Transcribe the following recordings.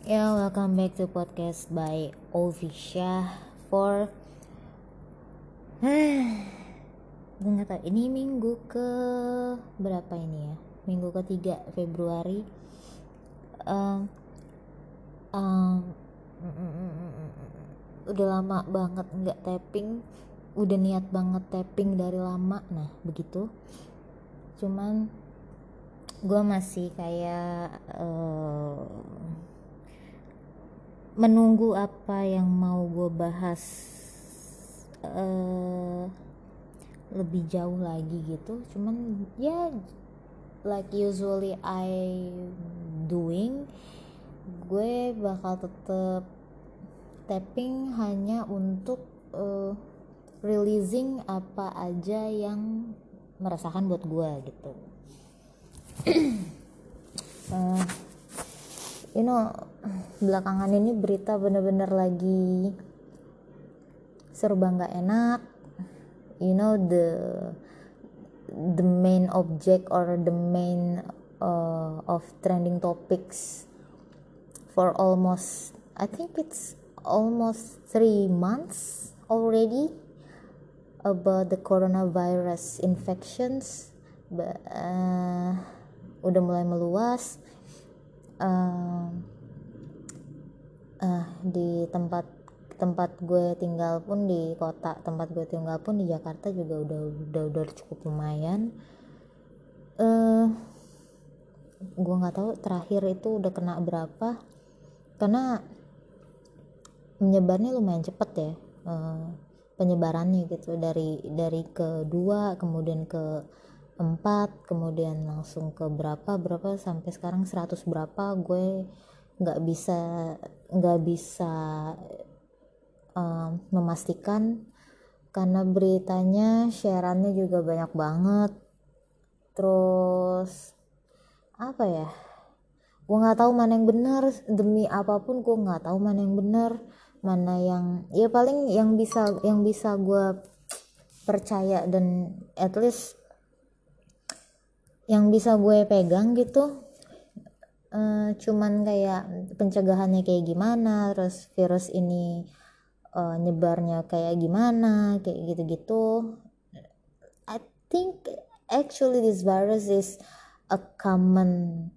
Ya, welcome back to podcast by Ovisha for gue nggak tahu ini minggu ke berapa ini ya, minggu ketiga Februari. um, um, udah lama banget nggak tapping, udah niat banget tapping dari lama, nah begitu. Cuman gue masih kayak menunggu apa yang mau gue bahas lebih jauh lagi gitu. Cuman ya like usually I doing, gue bakal tetap tapping hanya untuk releasing apa aja yang merasakan buat gue gitu. Belakangan ini berita bener-bener lagi serba nggak enak. The main object or the main of trending topics for almost, I think it's almost 3 months already, about the coronavirus infections. Udah mulai meluas. Di tempat gue tinggal pun, di kota tempat gue tinggal pun, di Jakarta juga udah cukup lumayan. Gue nggak tahu terakhir itu udah kena berapa, karena menyebarnya lumayan cepet ya, penyebarannya gitu, dari ke-2 kemudian ke-4 kemudian langsung ke berapa sampai sekarang 100 berapa. Gue nggak bisa memastikan, karena beritanya shareannya juga banyak banget. Terus apa ya, gue nggak tahu mana yang benar. Demi apapun gue nggak tahu mana yang benar, mana yang ya paling yang bisa gue percaya dan at least yang bisa gue pegang gitu. Cuman kayak pencegahannya kayak gimana, terus virus ini nyebarnya kayak gimana, kayak gitu-gitu. I think actually this virus is a common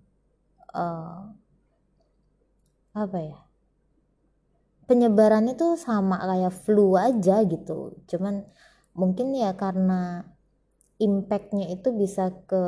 penyebarannya tuh sama kayak flu aja gitu. Cuman mungkin ya karena impactnya itu bisa ke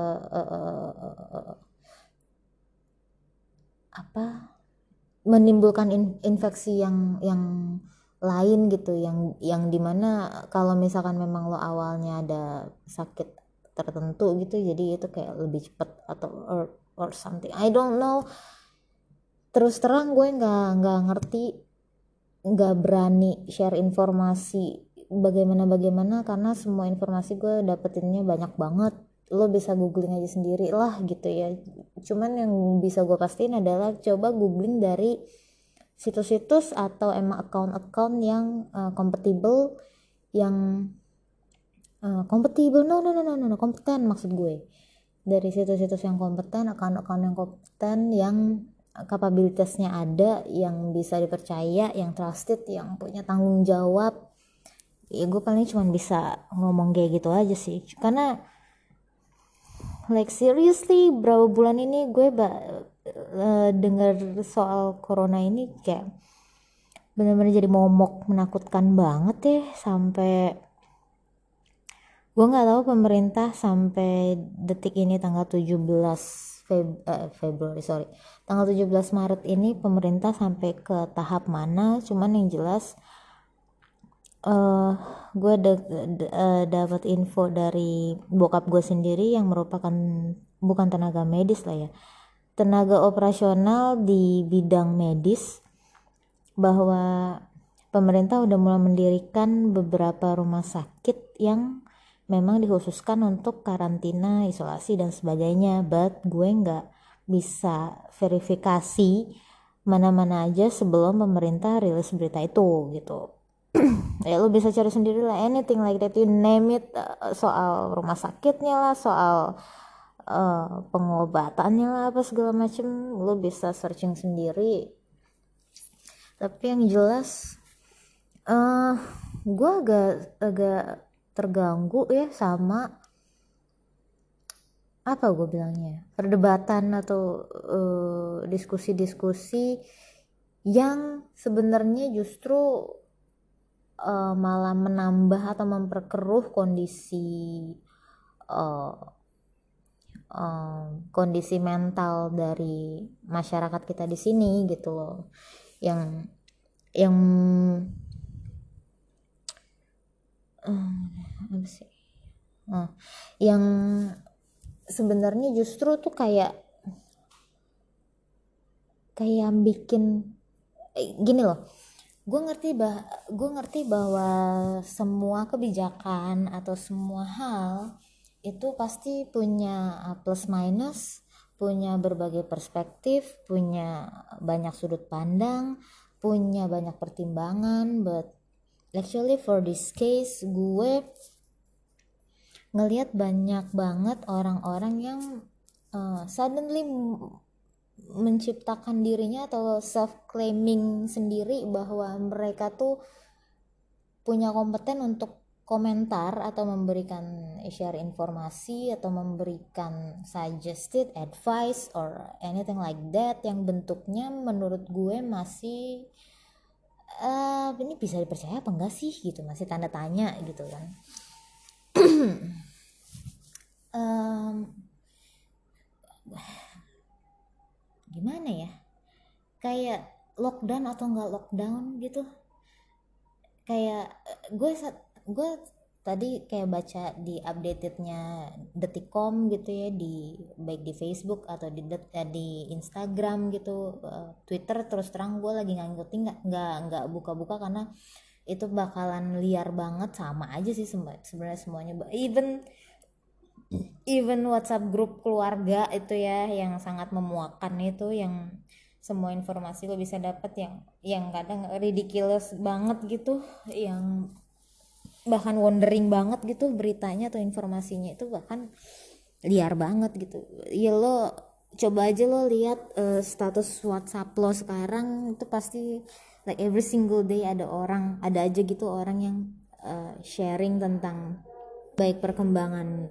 menimbulkan infeksi yang lain gitu, yang dimana kalau misalkan memang lo awalnya ada sakit tertentu gitu, jadi itu kayak lebih cepat atau or something, I don't know. Terus terang gue nggak ngerti, nggak berani share informasi bagaimana, karena semua informasi gue dapetinnya banyak banget. Lo bisa googling aja sendiri lah gitu ya. Cuman yang bisa gue pastiin adalah coba googling dari situs-situs atau emang account-account yang kompatibel, yang kompeten maksud gue. Dari situs-situs yang kompeten, account-account yang kompeten, yang kapabilitasnya ada, yang bisa dipercaya, yang trusted, yang punya tanggung jawab. Ya gue paling cuma bisa ngomong kayak gitu aja sih, karena like seriously berapa bulan ini gue dengar soal corona ini kayak benar-benar jadi momok, menakutkan banget ya. Sampai gue nggak tahu pemerintah sampai detik ini tanggal 17 Februari tanggal 17 Maret ini pemerintah sampai ke tahap mana. Cuman yang jelas gue dapat info dari bokap gue sendiri yang merupakan bukan tenaga medis lah ya, tenaga operasional di bidang medis, bahwa pemerintah udah mulai mendirikan beberapa rumah sakit yang memang dikhususkan untuk karantina, isolasi dan sebagainya. But gue nggak bisa verifikasi mana-mana aja sebelum pemerintah rilis berita itu gitu. Ya lu bisa cari sendiri lah, anything like that, you name it, soal rumah sakitnya lah, soal pengobatannya lah apa segala macem, lo bisa searching sendiri. Tapi yang jelas gue agak terganggu ya sama apa gue bilangnya, perdebatan atau diskusi-diskusi yang sebenarnya justru malah menambah atau memperkeruh kondisi mental dari masyarakat kita di sini gitu loh, yang apa sih, yang sebenarnya justru tuh kayak bikin gini loh. Gue ngerti bahwa semua kebijakan atau semua hal itu pasti punya plus minus, punya berbagai perspektif, punya banyak sudut pandang, punya banyak pertimbangan. But actually for this case, gue ngelihat banyak banget orang-orang yang suddenly menciptakan dirinya atau self-claiming sendiri bahwa mereka tuh punya kompeten untuk komentar atau memberikan share informasi atau memberikan suggested advice or anything like that, yang bentuknya menurut gue masih ini bisa dipercaya apa enggak sih gitu, masih tanda tanya gitu kan. Gimana ya, kayak lockdown atau enggak lockdown gitu. Kayak gue tadi kayak baca di updatednya Detikcom gitu ya, di baik di Facebook atau di Instagram gitu, Twitter terus terang gue lagi ngikutin, nggak buka-buka karena itu bakalan liar banget, sama aja sih sebenarnya semuanya, even WhatsApp grup keluarga itu ya yang sangat memuakkan itu, yang semua informasi lo bisa dapat yang kadang ridiculous banget gitu, yang bahkan wondering banget gitu beritanya atau informasinya itu bahkan liar banget gitu ya. Lo coba aja lo lihat status WhatsApp lo sekarang, itu pasti like every single day ada aja gitu orang yang sharing tentang baik perkembangan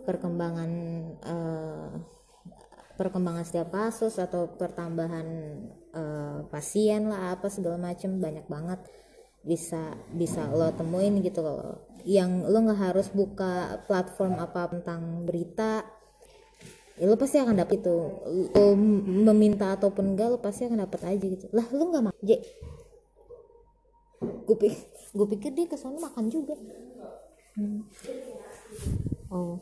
setiap kasus atau pertambahan pasien lah apa segala macem, banyak banget bisa lo temuin gitu loh, yang lo nggak harus buka platform apa tentang berita ya, lo pasti akan dapet itu, lo meminta ataupun enggak lo pasti akan dapet aja gitu lah. Lo nggak makan gue pikir dia kesana makan juga. Oh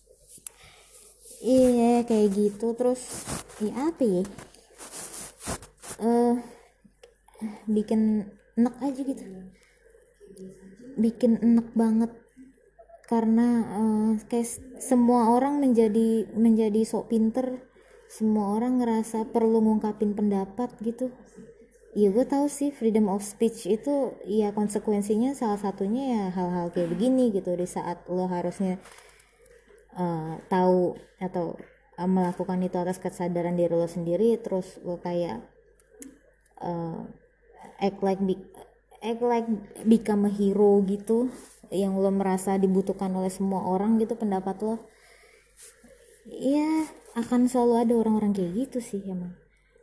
iya kayak gitu. Terus ya apa ya, bikin enak aja gitu, bikin enak banget karena kayak semua orang menjadi sok pinter, semua orang ngerasa perlu ngungkapin pendapat gitu. Ya gue tahu sih freedom of speech itu ya konsekuensinya salah satunya ya hal-hal kayak begini gitu, di saat lo harusnya tahu atau melakukan itu atas kesadaran diri lo sendiri, terus lo kayak act like become a hero gitu, yang lo merasa dibutuhkan oleh semua orang gitu pendapat lo. Ya akan selalu ada orang-orang kayak gitu sih emang.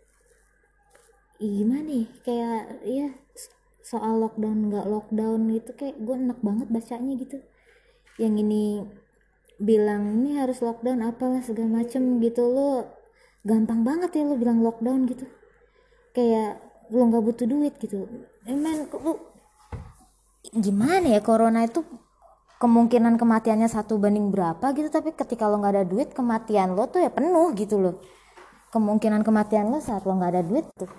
Gimana ya, kayak ya soal lockdown nggak lockdown gitu kayak gue enak banget bacanya gitu, yang ini bilang ini harus lockdown apalah segala macem gitu, lo gampang banget ya lo bilang lockdown gitu, kayak lo nggak butuh duit gitu. Emang lu gimana ya, corona itu kemungkinan kematiannya 1 banding berapa gitu, tapi ketika lo nggak ada duit kematian lo tuh ya penuh gitu loh. Kemungkinan kematian lo saat lo nggak ada duit tuh,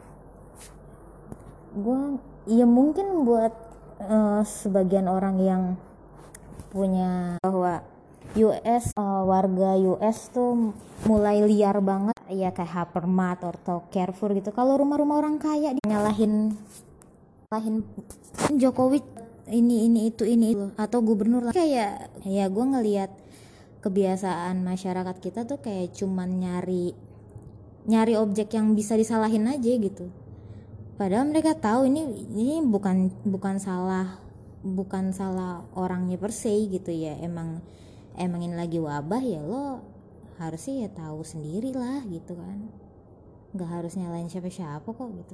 gue ya mungkin buat sebagian orang yang punya bahwa warga US tuh mulai liar banget ya, kayak Hypermart atau Carrefour gitu. Kalau rumah-rumah orang kaya nyalahin Jokowi ini itu atau gubernur lah, kayak ya gue ngelihat kebiasaan masyarakat kita tuh kayak cuman nyari objek yang bisa disalahin aja gitu. Padahal mereka tahu ini bukan salah orangnya per se gitu ya. Emang ini lagi wabah ya, lo harusnya ya tahu sendiri lah gitu kan. Nggak harus nyalain siapa-siapa kok gitu.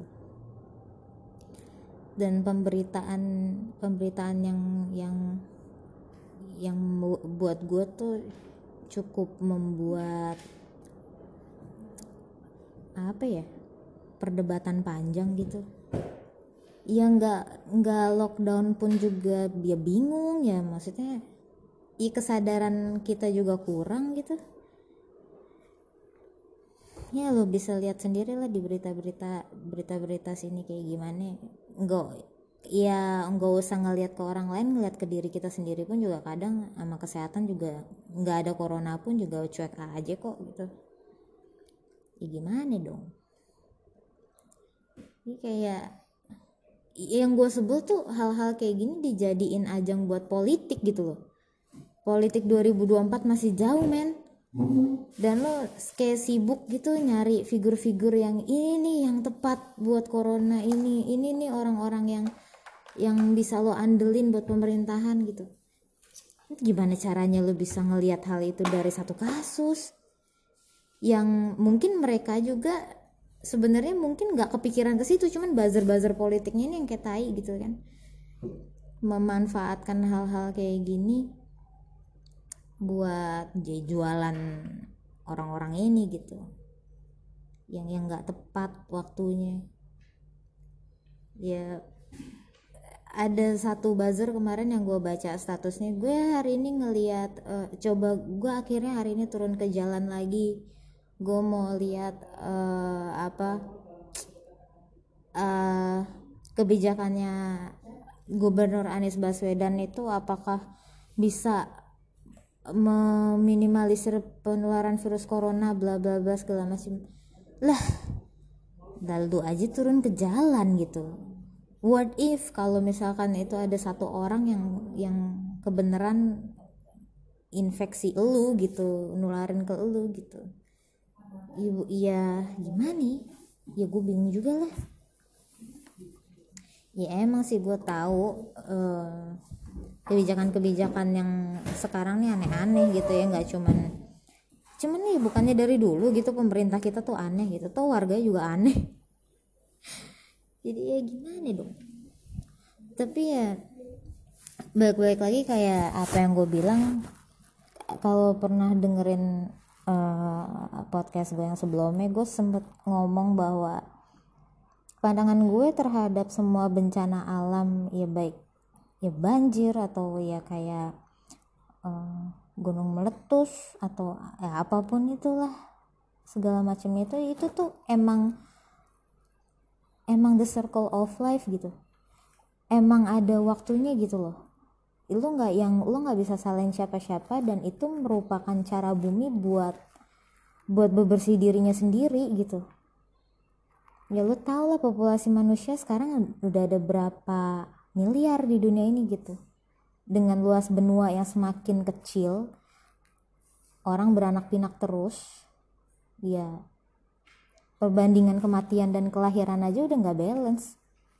Dan pemberitaan yang buat gue tuh cukup membuat apa ya, perdebatan panjang gitu. Ya nggak lockdown pun juga dia bingung ya, maksudnya kesadaran kita juga kurang gitu ya. Lo bisa lihat sendiri lah di berita sini kayak gimana. Nggak usah ngelihat ke orang lain, ngelihat ke diri kita sendiri pun juga kadang sama kesehatan juga nggak ada corona pun juga cuek aja kok gitu. Ya gimana dong. Ini kayak yang gue sebel tuh hal-hal kayak gini dijadiin ajang buat politik gitu loh. Politik 2024 masih jauh men. Dan lo kayak sibuk gitu nyari figur-figur yang ini nih yang tepat buat corona ini nih orang-orang yang bisa lo andelin buat pemerintahan gitu. Gimana caranya lo bisa ngelihat hal itu dari satu kasus yang mungkin mereka juga sebenarnya mungkin nggak kepikiran ke situ, cuman buzzer politiknya ini yang kayak tai gitu kan, memanfaatkan hal-hal kayak gini buat jualan orang-orang ini gitu, yang nggak tepat waktunya. Ya ada satu buzzer kemarin yang gue baca statusnya, gue hari ini ngelihat coba gue akhirnya hari ini turun ke jalan lagi, gue mau lihat kebijakannya Gubernur Anies Baswedan itu apakah bisa meminimalisir penularan virus corona bla bla bla segala macam lah. Lalu aja turun ke jalan gitu. What if kalau misalkan itu ada satu orang yang kebenaran infeksi elu gitu, nularin ke elu gitu. Ya gimana? Ya gue bingung juga lah. Ya emang sih gue tahu kebijakan-kebijakan yang sekarang nih aneh-aneh gitu ya, nggak cuman nih bukannya dari dulu gitu pemerintah kita tuh aneh gitu, tuh warganya juga aneh. Jadi ya gimana dong. Tapi ya balik lagi kayak apa yang gue bilang, kalau pernah dengerin podcast gue yang sebelumnya, gue sempet ngomong bahwa pandangan gue terhadap semua bencana alam, ya baik ya banjir atau ya kayak gunung meletus atau ya apapun itulah segala macam itu tuh emang the circle of life gitu. Emang ada waktunya gitu loh. Lu nggak bisa salahin siapa-siapa, dan itu merupakan cara bumi buat bebersih dirinya sendiri gitu. Ya lu tau lah populasi manusia sekarang udah ada berapa miliar di dunia ini gitu. Dengan luas benua yang semakin kecil, orang beranak pinak terus, ya perbandingan kematian dan kelahiran aja udah nggak balance.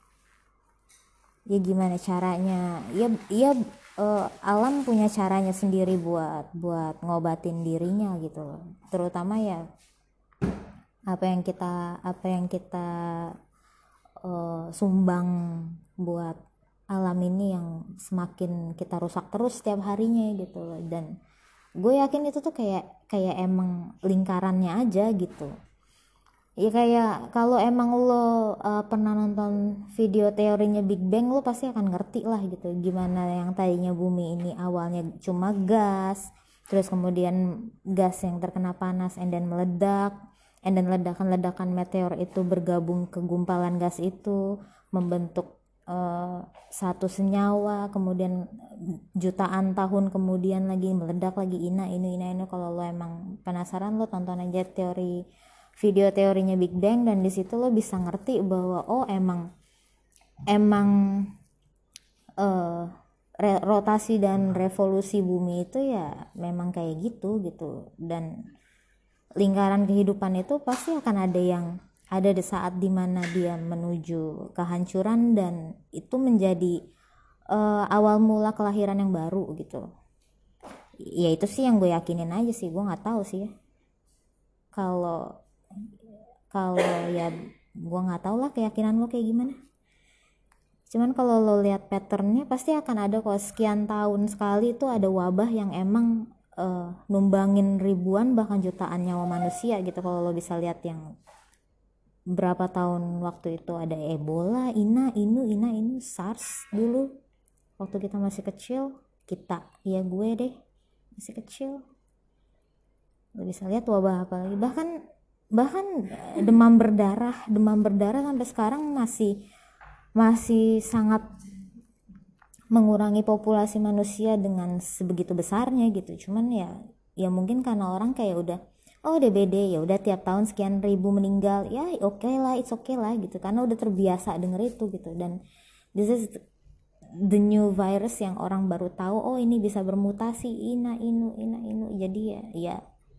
Ya gimana caranya? Alam punya caranya sendiri buat ngobatin dirinya gitu loh. Terutama ya apa yang kita sumbang buat alam ini yang semakin kita rusak terus setiap harinya gitu loh. Dan gue yakin itu tuh kayak emang lingkarannya aja gitu. Ya kayak kalau emang lo pernah nonton video teorinya Big Bang, lo pasti akan ngerti lah gitu gimana yang tadinya bumi ini awalnya cuma gas, terus kemudian gas yang terkena panas and then meledak, and then ledakan meteor itu bergabung ke gumpalan gas itu membentuk satu senyawa, kemudian jutaan tahun kemudian lagi meledak lagi ini. Kalau lo emang penasaran, lo tonton aja video teorinya Big Bang, dan di situ lo bisa ngerti bahwa emang rotasi dan revolusi bumi itu ya memang kayak gitu dan lingkaran kehidupan itu pasti akan ada di saat dimana dia menuju kehancuran dan itu menjadi awal mula kelahiran yang baru gitu. Ya itu sih yang gue yakinin aja sih, gue nggak tahu sih ya kalau kalau ya gue nggak tahu lah keyakinan lo kayak gimana. Cuman kalau lo lihat patternnya pasti akan ada kok sekian tahun sekali itu ada wabah yang emang numbangin ribuan bahkan jutaan nyawa manusia gitu. Kalau lo bisa lihat yang berapa tahun waktu itu ada Ebola, Inu, SARS dulu waktu kita masih kecil, ya gue deh masih kecil. Lo bisa lihat wabah apa lagi, bahkan demam berdarah sampai sekarang masih sangat mengurangi populasi manusia dengan sebegitu besarnya gitu. Cuman ya mungkin karena orang kayak udah DBD, ya udah tiap tahun sekian ribu meninggal, ya it's okay lah gitu, karena udah terbiasa denger itu gitu. Dan this is the new virus yang orang baru tahu, ini bisa bermutasi, inu. Jadi ya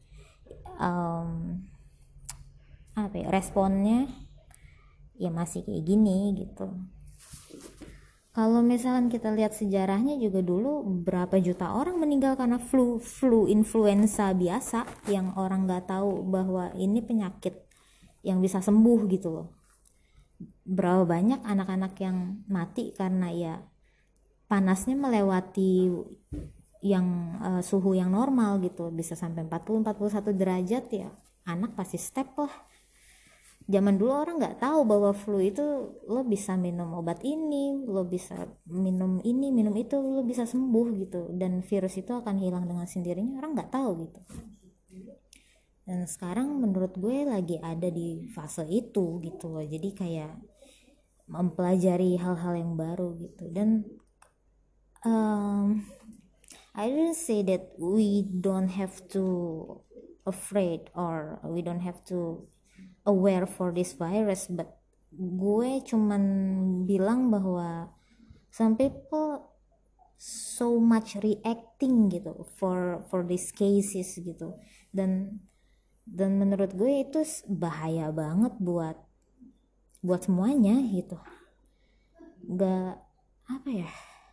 responnya ya masih kayak gini gitu. Kalau misalkan kita lihat sejarahnya juga dulu berapa juta orang meninggal karena flu influenza biasa yang orang nggak tahu bahwa ini penyakit yang bisa sembuh gitu loh. Berapa banyak anak-anak yang mati karena ya panasnya melewati yang suhu yang normal gitu, bisa sampai 40-41 derajat ya anak pasti step lah. Zaman dulu orang nggak tahu bahwa flu itu lo bisa minum obat ini, lo bisa minum ini, minum itu, lo bisa sembuh gitu, dan virus itu akan hilang dengan sendirinya. Orang nggak tahu gitu. Dan sekarang menurut gue lagi ada di fase itu gitu loh. Jadi kayak mempelajari hal-hal yang baru gitu. Dan I didn't say that we don't have to afraid or we don't have to aware for this virus, but gue cuman bilang bahwa some people so much reacting gitu for these cases gitu, dan menurut gue itu bahaya banget buat semuanya gitu. Gak apa ya,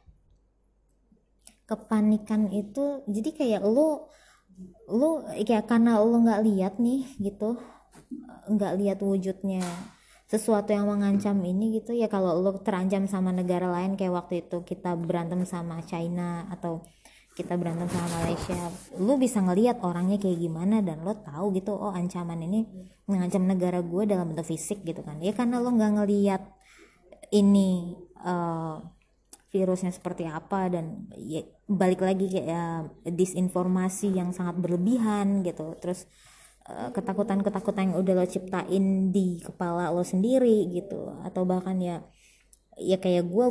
kepanikan itu jadi kayak lu kayak karena lu nggak lihat nih gitu, nggak lihat wujudnya sesuatu yang mengancam ini gitu ya. Kalau lo terancam sama negara lain kayak waktu itu kita berantem sama China atau kita berantem sama Malaysia, lo bisa ngelihat orangnya kayak gimana dan lo tahu gitu, ancaman ini mengancam negara gue dalam bentuk fisik gitu kan ya, karena lo nggak ngelihat ini virusnya seperti apa. Dan ya, balik lagi kayak disinformasi yang sangat berlebihan gitu, terus ketakutan yang udah lo ciptain di kepala lo sendiri gitu, atau bahkan ya kayak gue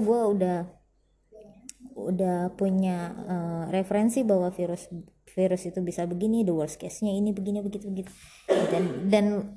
udah punya referensi bahwa virus itu bisa begini, the worst case-nya ini begini begitu dan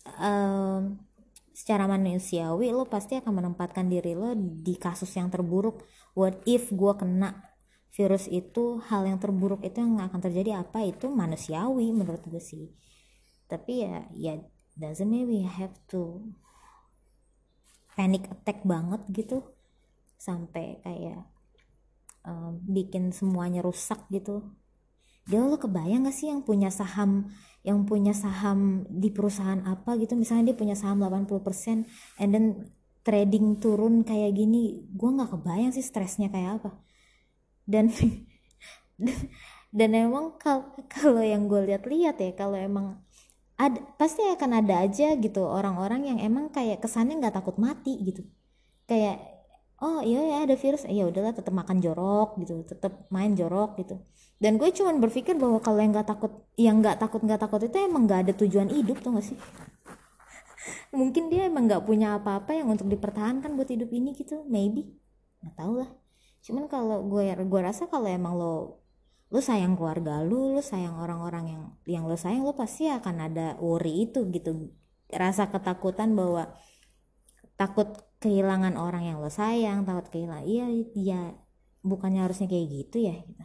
secara manusiawi lo pasti akan menempatkan diri lo di kasus yang terburuk. What if gue kena virus itu, hal yang terburuk itu yang akan terjadi apa, itu manusiawi menurut gue sih. Tapi ya doesn't mean we have to panic attack banget gitu sampai kayak bikin semuanya rusak gitu. Dia lo kebayang gak sih yang punya saham di perusahaan apa gitu, misalnya dia punya saham 80% and then trading turun kayak gini, gue gak kebayang sih stresnya kayak apa. Dan dan emang kalau yang gue lihat-lihat ya, kalau emang pasti akan ada aja gitu orang-orang yang emang kayak kesannya nggak takut mati gitu, kayak iya ada virus, ya udahlah tetap makan jorok gitu, tetap main jorok gitu. Dan gue cuman berpikir bahwa kalau yang nggak takut itu emang nggak ada tujuan hidup tuh nggak sih. Mungkin dia emang nggak punya apa-apa yang untuk dipertahankan buat hidup ini gitu, maybe, nggak tahu lah. Cuman kalau gue rasa kalau emang lo sayang keluarga lo sayang orang-orang yang lo sayang, lo pasti akan ada worry itu gitu, rasa ketakutan bahwa takut kehilangan orang yang lo sayang, takut kehilangan bukannya harusnya kayak gitu ya gitu.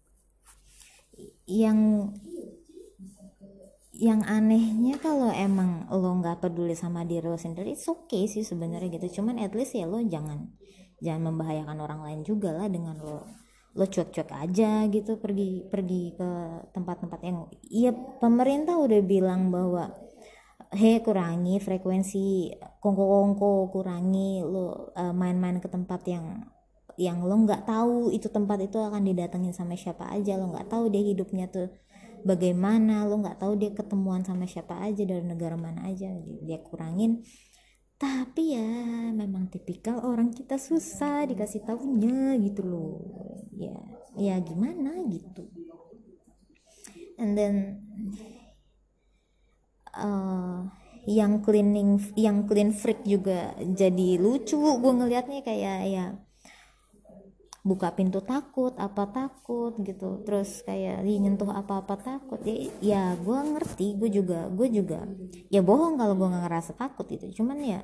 Yang anehnya kalau emang lo nggak peduli sama diri lo sendiri, it's okay sih sebenarnya gitu. Cuman at least ya lo jangan membahayakan orang lain juga lah dengan lo cuek-cuek aja gitu pergi ke tempat-tempat yang iya pemerintah udah bilang bahwa kurangi frekuensi kongko-kongko, kurangi lo main-main ke tempat yang lo nggak tahu itu tempat itu akan didatengin sama siapa aja, lo nggak tahu dia hidupnya tuh bagaimana, lo nggak tahu dia ketemuan sama siapa aja dari negara mana aja, dia kurangin. Tapi ya memang tipikal orang kita susah dikasih tahunya gitu loh, ya gimana gitu. And then yang clean freak juga jadi lucu gue ngelihatnya, kayak ya buka pintu takut apa takut gitu, terus kayak nyentuh apa-apa takut ya gue ngerti, gue juga ya bohong kalau gue nggak ngerasa takut gitu, cuman ya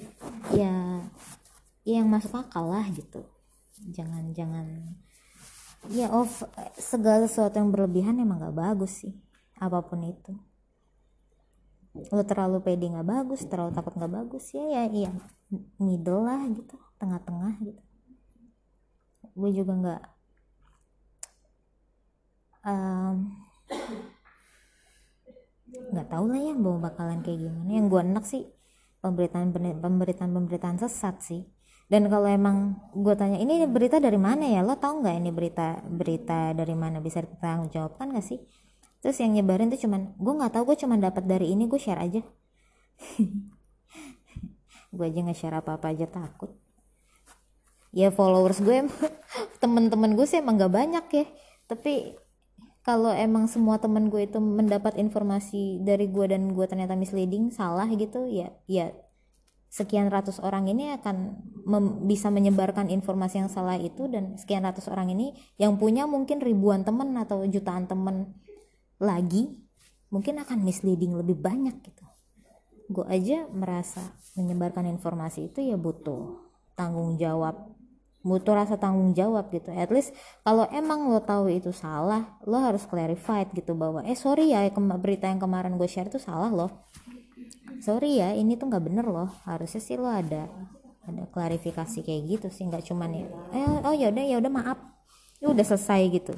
yang masuk akal lah gitu, jangan ya segala sesuatu yang berlebihan emang nggak bagus sih, apapun itu. Lo terlalu pede nggak bagus, terlalu takut nggak bagus, ya middle lah gitu, tengah-tengah gitu. Gue juga nggak tahu lah ya mau bakalan kayak gimana. Yang gue enak sih pemberitaan sesat sih. Dan kalau emang gue tanya ini berita dari mana ya, lo tau nggak ini berita dari mana, bisa ditanggung jawabkan nggak sih? Terus yang nyebarin tuh cuman gue nggak tahu, gue cuman dapat dari ini, gue share aja. Gue aja nge-share apa-apa aja takut. Ya followers gue temen-temen gue sih emang gak banyak ya, tapi kalau emang semua temen gue itu mendapat informasi dari gue dan gue ternyata misleading, salah gitu, ya sekian ratus orang ini akan bisa menyebarkan informasi yang salah itu, dan sekian ratus orang ini yang punya mungkin ribuan temen atau jutaan temen lagi mungkin akan misleading lebih banyak gitu. Gue aja merasa menyebarkan informasi itu ya butuh tanggung jawab, butuh rasa tanggung jawab gitu. At least kalau emang lo tahu itu salah, lo harus clarified gitu bahwa sorry ya berita yang kemarin gue share itu salah loh, sorry ya ini tuh nggak bener loh. Harusnya sih lo ada klarifikasi kayak gitu sih, nggak cuman ya udah maaf ya udah selesai gitu.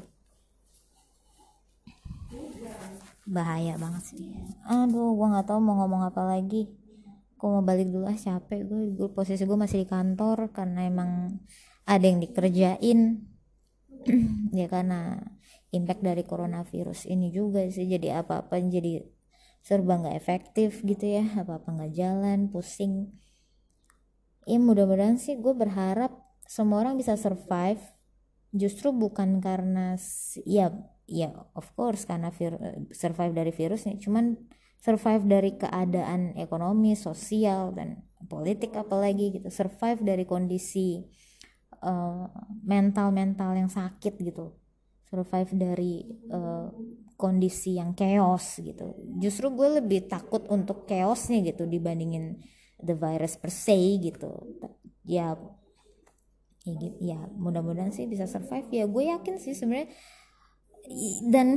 Bahaya banget sih. Aduh gue nggak tahu mau ngomong apa lagi. Gue mau balik dulu capek gue posisi gue masih di kantor karena emang ada yang dikerjain ya, karena impact dari coronavirus ini juga sih, jadi apa-apa jadi serba nggak efektif gitu ya, apa-apa nggak jalan, pusing ya. Mudah-mudahan sih gue berharap semua orang bisa survive, justru bukan karena ya of course karena survive dari virusnya, cuman survive dari keadaan ekonomi, sosial, dan politik apalagi gitu, survive dari kondisi mental yang sakit gitu, survive dari kondisi yang chaos gitu. Justru gue lebih takut untuk chaosnya gitu dibandingin the virus per se gitu. Ya mudah-mudahan sih bisa survive ya, gue yakin sih sebenarnya. Dan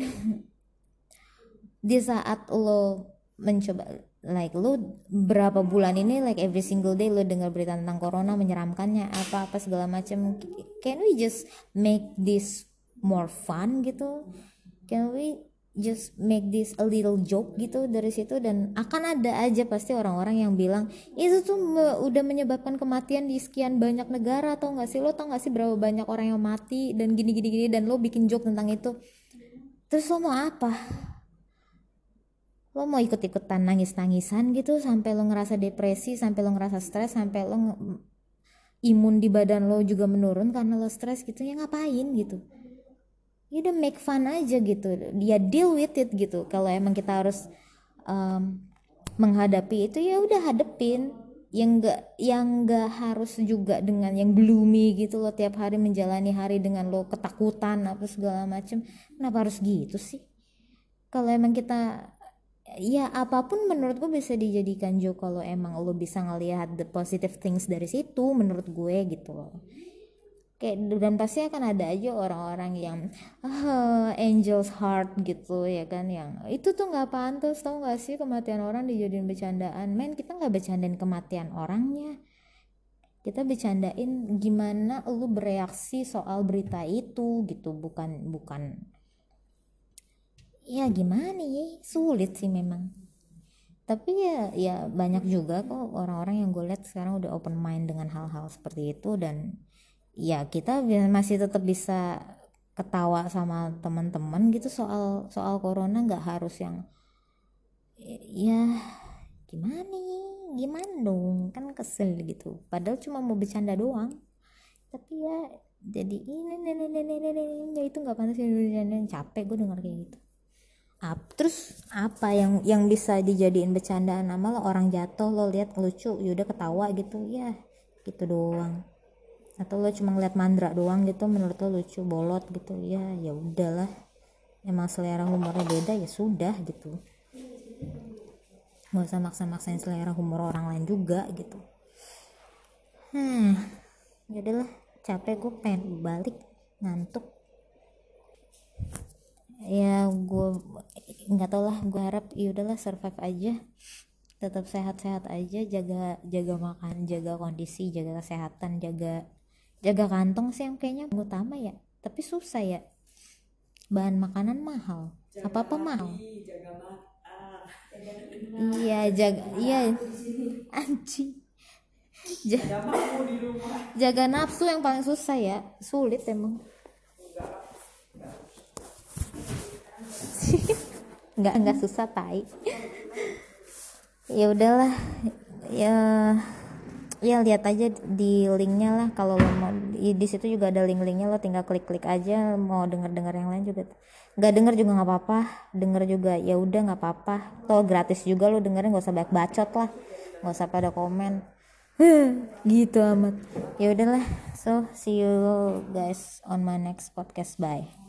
di saat lo mencoba lo berapa bulan ini every single day lo dengar berita tentang corona, menyeramkannya apa segala macam, can we just make this more fun gitu, can we just make this a little joke gitu dari situ, dan akan ada aja pasti orang-orang yang bilang itu tuh udah menyebabkan kematian di sekian banyak negara, atau nggak sih, lo tau nggak sih berapa banyak orang yang mati dan gini, dan lo bikin joke tentang itu. Terus lo mau apa? Lo mau ikut-ikutan nangis-nangisan gitu sampai lo ngerasa depresi, sampai lo ngerasa stres, sampai lo imun di badan lo juga menurun karena lo stres gitu, ya ngapain gitu? Ya udah make fun aja gitu, ya deal with it gitu. Kalau emang kita harus menghadapi itu ya udah hadepin, yang enggak harus juga dengan yang gloomy gitu lo tiap hari menjalani hari dengan lo ketakutan apa segala macem. Kenapa harus gitu sih? Kalau emang kita ya apapun menurut gue bisa dijadikan joke kalau emang lo bisa ngelihat the positive things dari situ, menurut gue gitu loh. kayak, dan pasti akan ada aja orang-orang yang angel's heart gitu ya kan, yang itu tuh nggak pantas, tau nggak sih, kematian orang dijadiin bercandaan. Men, kita nggak bercandain kematian orangnya, kita bercandain gimana lu bereaksi soal berita itu gitu, bukan bukan ya gimana ya, sulit sih memang. Tapi ya banyak juga kok orang-orang yang gue lihat sekarang udah open mind dengan hal-hal seperti itu, dan ya kita masih tetap bisa ketawa sama teman-teman gitu soal soal corona, nggak harus yang ya gimana nih, gimana dong, kan kesel gitu padahal cuma mau bercanda doang. Tapi ya jadi ini itu nggak pantas ya bercanda, capek gue denger kayak gitu. Terus apa yang bisa dijadiin bercandaan, malah orang jatuh lo lihat lucu yaudah ketawa gitu ya, gitu doang. Atau lo cuma ngeliat mandra doang gitu, menurut lo lucu, bolot gitu ya, ya udahlah, emang selera humornya beda ya sudah gitu, nggak usah maksa-maksain selera humor orang lain juga gitu. Ya udahlah, capek, gue pengen balik, ngantuk. Ya gue nggak tau lah, gue harap ya udahlah survive aja, tetap sehat-sehat aja, jaga jaga makan, jaga kondisi, jaga kesehatan, jaga jaga kantong sih yang kayaknya utama ya. Tapi susah ya, bahan makanan mahal, apa apa mahal. Iya jaga, iya anjing, jaga nafsu yang paling susah ya, sulit emang. Nggak susah tai. Ya udahlah, ya ya lihat aja di linknya lah, kalau lo mau di situ juga ada link-linknya, lo tinggal klik-klik aja, mau denger yang lain juga, nggak denger juga nggak apa-apa, denger juga ya udah nggak apa-apa, toh gratis juga, lo dengerin, nggak usah banyak bacot lah, nggak usah pada komen gitu amat. Ya udahlah, so see you guys on my next podcast, bye.